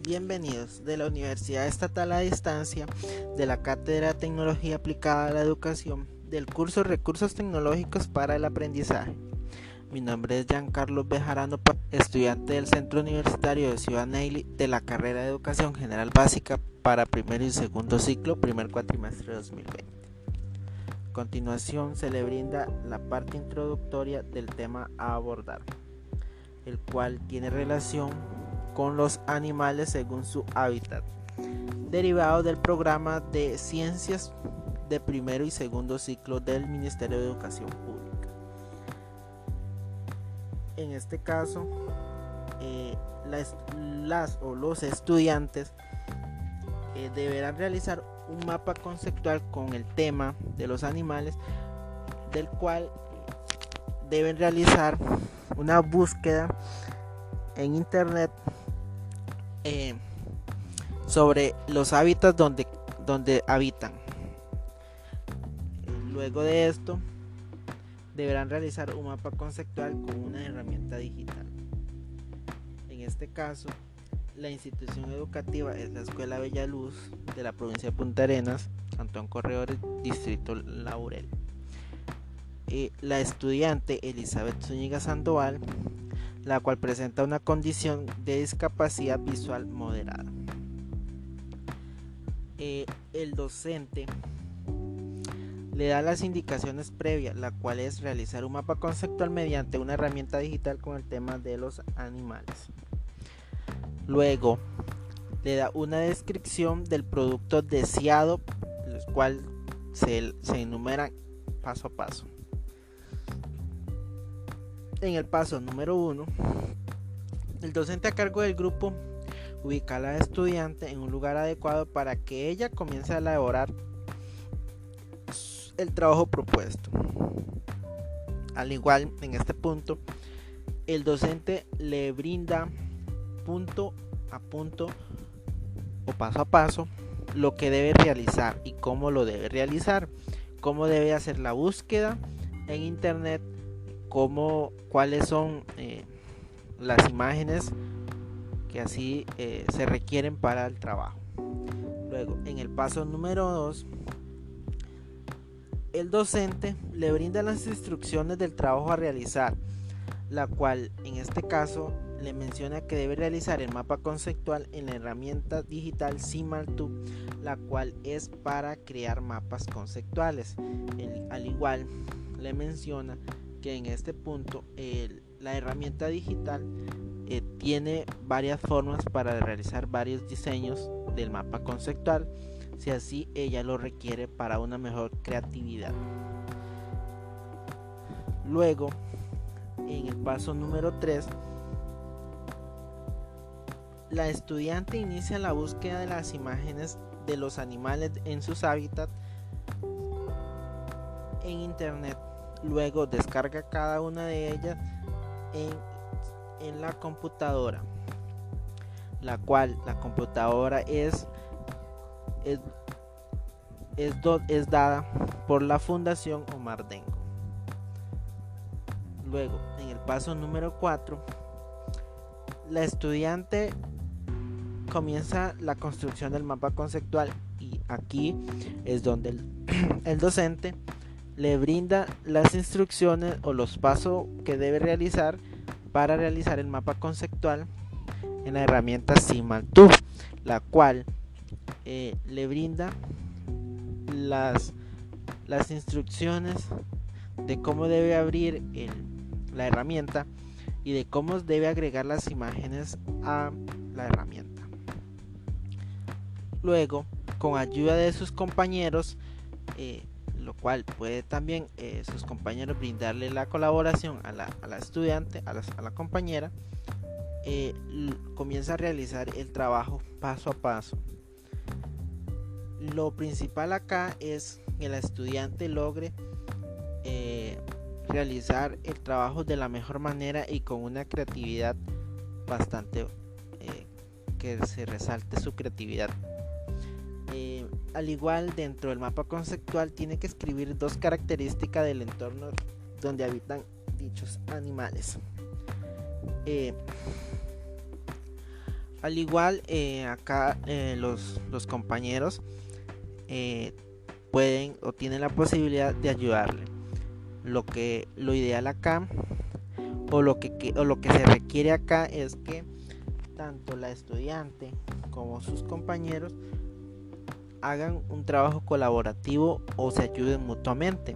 Bienvenidos de la Universidad Estatal a Distancia de la Cátedra de Tecnología Aplicada a la Educación del curso Recursos Tecnológicos para el Aprendizaje. Mi nombre es Giancarlo Bejarano, estudiante del Centro Universitario de Ciudad Neyli de la carrera de Educación General Básica para primero y segundo ciclo, primer cuatrimestre 2020. A continuación se le brinda la parte introductoria del tema a abordar, el cual tiene relación con los animales según su hábitat, derivado del programa de ciencias de primero y segundo ciclo del Ministerio de Educación Pública. En este caso, los estudiantes deberán realizar un mapa conceptual con el tema de los animales, del cual deben realizar una búsqueda en internet sobre los hábitats donde habitan. Luego de esto deberán realizar un mapa conceptual con una herramienta digital. En este caso, la institución educativa es la Escuela Bella Luz de la provincia de Punta Arenas, Cantón Corredores, Distrito Laurel. La estudiante Elizabeth Zúñiga Sandoval, la cual presenta una condición de discapacidad visual moderada. El docente le da las indicaciones previas, la cual es realizar un mapa conceptual mediante una herramienta digital con el tema de los animales. Luego le da una descripción del producto deseado, el cual se enumera paso a paso. En el paso número 1, el docente a cargo del grupo ubica a la estudiante en un lugar adecuado para que ella comience a elaborar el trabajo propuesto. Al igual, en este punto, el docente le brinda punto a punto o paso a paso lo que debe realizar y cómo lo debe realizar, cómo debe hacer la búsqueda en internet, cuáles son las imágenes que así se requieren para el trabajo. Luego, en el paso número 2, el docente le brinda las instrucciones del trabajo a realizar, la cual en este caso le menciona que debe realizar el mapa conceptual en la herramienta digital Simaltube, la cual es para crear mapas conceptuales. Al igual le menciona que en este punto la herramienta digital tiene varias formas para realizar varios diseños del mapa conceptual, si así ella lo requiere para una mejor creatividad. Luego, en el paso número 3, la estudiante inicia la búsqueda de las imágenes de los animales en sus hábitats en internet. Luego descarga cada una de ellas en la computadora, la cual la computadora es dada por la Fundación Omar Dengo. Luego, en el paso número 4, la estudiante comienza la construcción del mapa conceptual, y aquí es donde el docente le brinda las instrucciones o los pasos que debe realizar para realizar el mapa conceptual en la herramienta Simaltube, la cual le brinda las instrucciones de cómo debe abrir la herramienta y de cómo debe agregar las imágenes a la herramienta. Luego, con ayuda de sus compañeros, lo cual puede también sus compañeros brindarle la colaboración a la estudiante, a la compañera, comienza a realizar el trabajo paso a paso. Lo principal acá es que la estudiante logre realizar el trabajo de la mejor manera y con una creatividad bastante que se resalte su creatividad. Al igual, dentro del mapa conceptual tiene que escribir 2 características del entorno donde habitan dichos animales. Al igual, acá los compañeros pueden o tienen la posibilidad de ayudarle. Lo ideal acá o lo que se requiere acá es que tanto la estudiante como sus compañeros hagan un trabajo colaborativo o se ayuden mutuamente.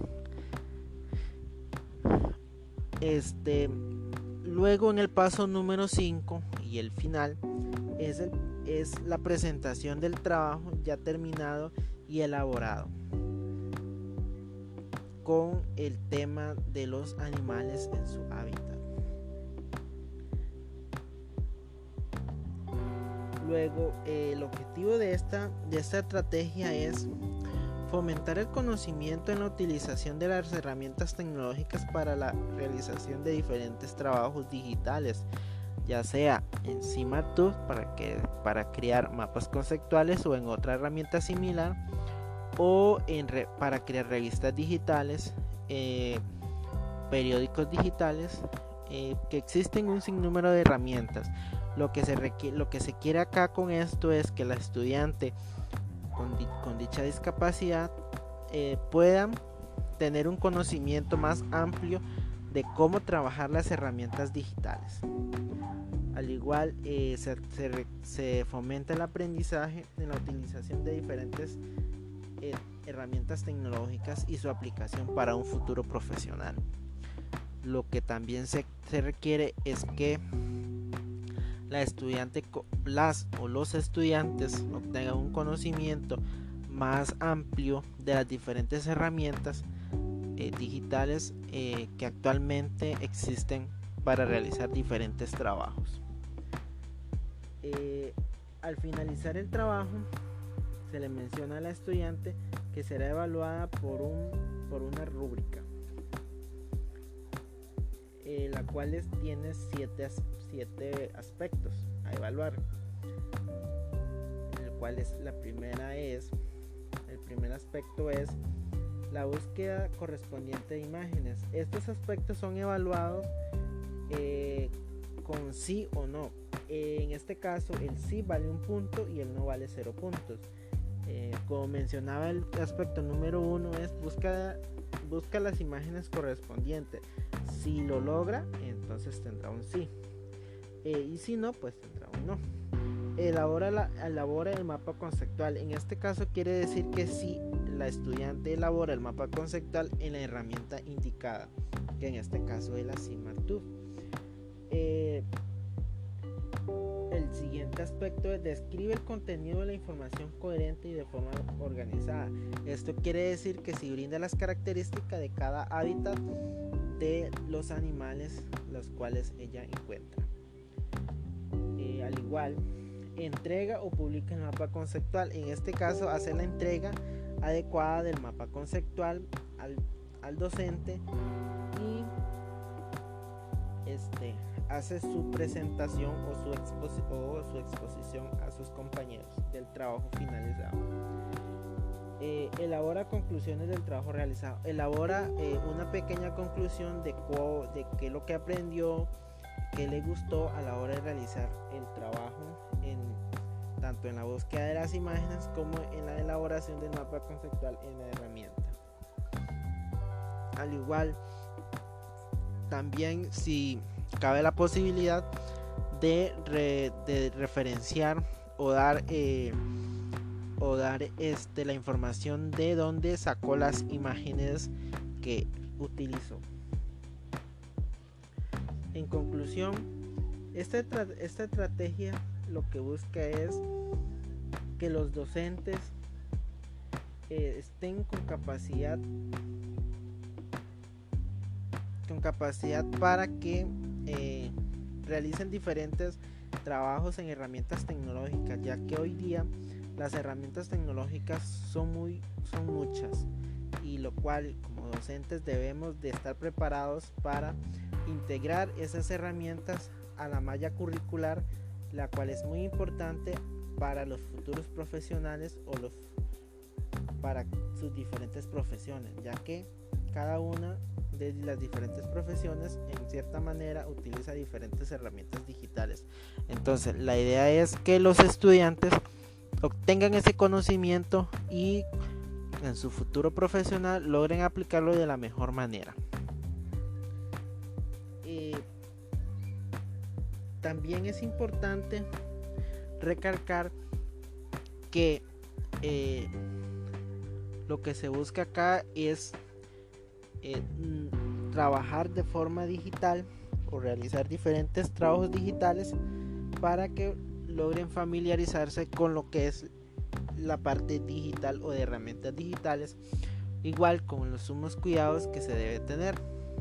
Luego, en el paso número 5 y el final es la presentación del trabajo ya terminado y elaborado con el tema de los animales en su hábitat. Luego, el objetivo de esta estrategia es fomentar el conocimiento en la utilización de las herramientas tecnológicas para la realización de diferentes trabajos digitales, ya sea en CIMARTools para crear mapas conceptuales o en otra herramienta similar, o para crear revistas digitales, periódicos digitales, que existen un sinnúmero de herramientas. Lo que se quiere acá con esto es que la estudiante con dicha discapacidad puedan tener un conocimiento más amplio de cómo trabajar las herramientas digitales. Al igual, se fomenta el aprendizaje en la utilización de diferentes herramientas tecnológicas y su aplicación para un futuro profesional. Lo que también se requiere es que los estudiantes obtengan un conocimiento más amplio de las diferentes herramientas digitales que actualmente existen para realizar diferentes trabajos. Al finalizar el trabajo, se le menciona a la estudiante que será evaluada por una rúbrica, la cual tiene 7 aspectos a evaluar, el cual el primer aspecto es la búsqueda correspondiente de imágenes. Estos aspectos son evaluados con sí o no. En este caso, el sí vale 1 punto y el no vale 0 puntos. Como mencionaba, el aspecto número 1 es busca las imágenes correspondientes. Si lo logra, entonces tendrá un sí, y si no, pues tendrá un no. Elabora el mapa conceptual. En este caso quiere decir que si la estudiante elabora el mapa conceptual en la herramienta indicada, que en este caso es la CIMARTools. El siguiente aspecto es describe el contenido de la información coherente y de forma organizada. Esto quiere decir que si brinda las características de cada hábitat de los animales los cuales ella encuentra. Al igual, entrega o publica el mapa conceptual. En este caso, hacer la entrega adecuada del mapa conceptual al docente y hace su presentación o su exposición a sus compañeros del trabajo finalizado. Elabora conclusiones del trabajo realizado. Elabora una pequeña conclusión de qué es lo que aprendió, qué le gustó a la hora de realizar el trabajo, tanto en la búsqueda de las imágenes como en la elaboración del mapa conceptual en la herramienta. Al igual, también, si cabe la posibilidad de referenciar o dar la información de dónde sacó las imágenes que utilizó. En conclusión, esta estrategia lo que busca es que los docentes estén con capacidad para que realicen diferentes trabajos en herramientas tecnológicas, ya que hoy día las herramientas tecnológicas son muchas, y lo cual como docentes debemos de estar preparados para integrar esas herramientas a la malla curricular, la cual es muy importante para los futuros profesionales para sus diferentes profesiones, ya que cada una de las diferentes profesiones en cierta manera utiliza diferentes herramientas digitales. Entonces la idea es que los estudiantes obtengan ese conocimiento y en su futuro profesional logren aplicarlo de la mejor manera. También es importante recalcar que lo que se busca acá es trabajar de forma digital o realizar diferentes trabajos digitales para que logren familiarizarse con lo que es la parte digital o de herramientas digitales, igual con los sumos cuidados que se debe tener.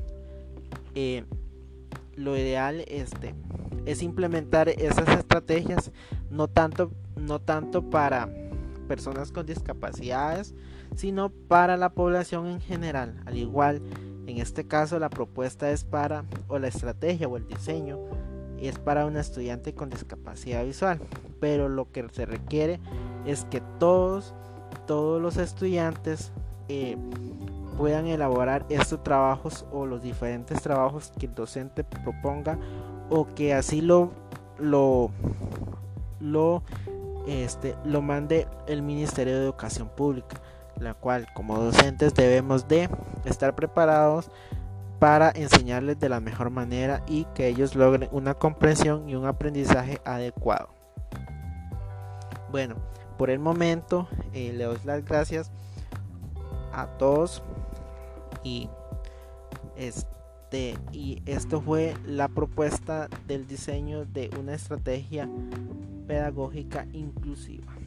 Lo ideal es implementar esas estrategias no tanto para personas con discapacidades, sino para la población en general. Al igual, en este caso la propuesta es para, o la estrategia o el diseño es para un estudiante con discapacidad visual, pero lo que se requiere es que todos los estudiantes puedan elaborar estos trabajos o los diferentes trabajos que el docente proponga, o que así lo mande el Ministerio de Educación Pública, la cual como docentes debemos de estar preparados para enseñarles de la mejor manera y que ellos logren una comprensión y un aprendizaje adecuado. Bueno, por el momento le doy las gracias a todos y esto fue la propuesta del diseño de una estrategia pedagógica inclusiva.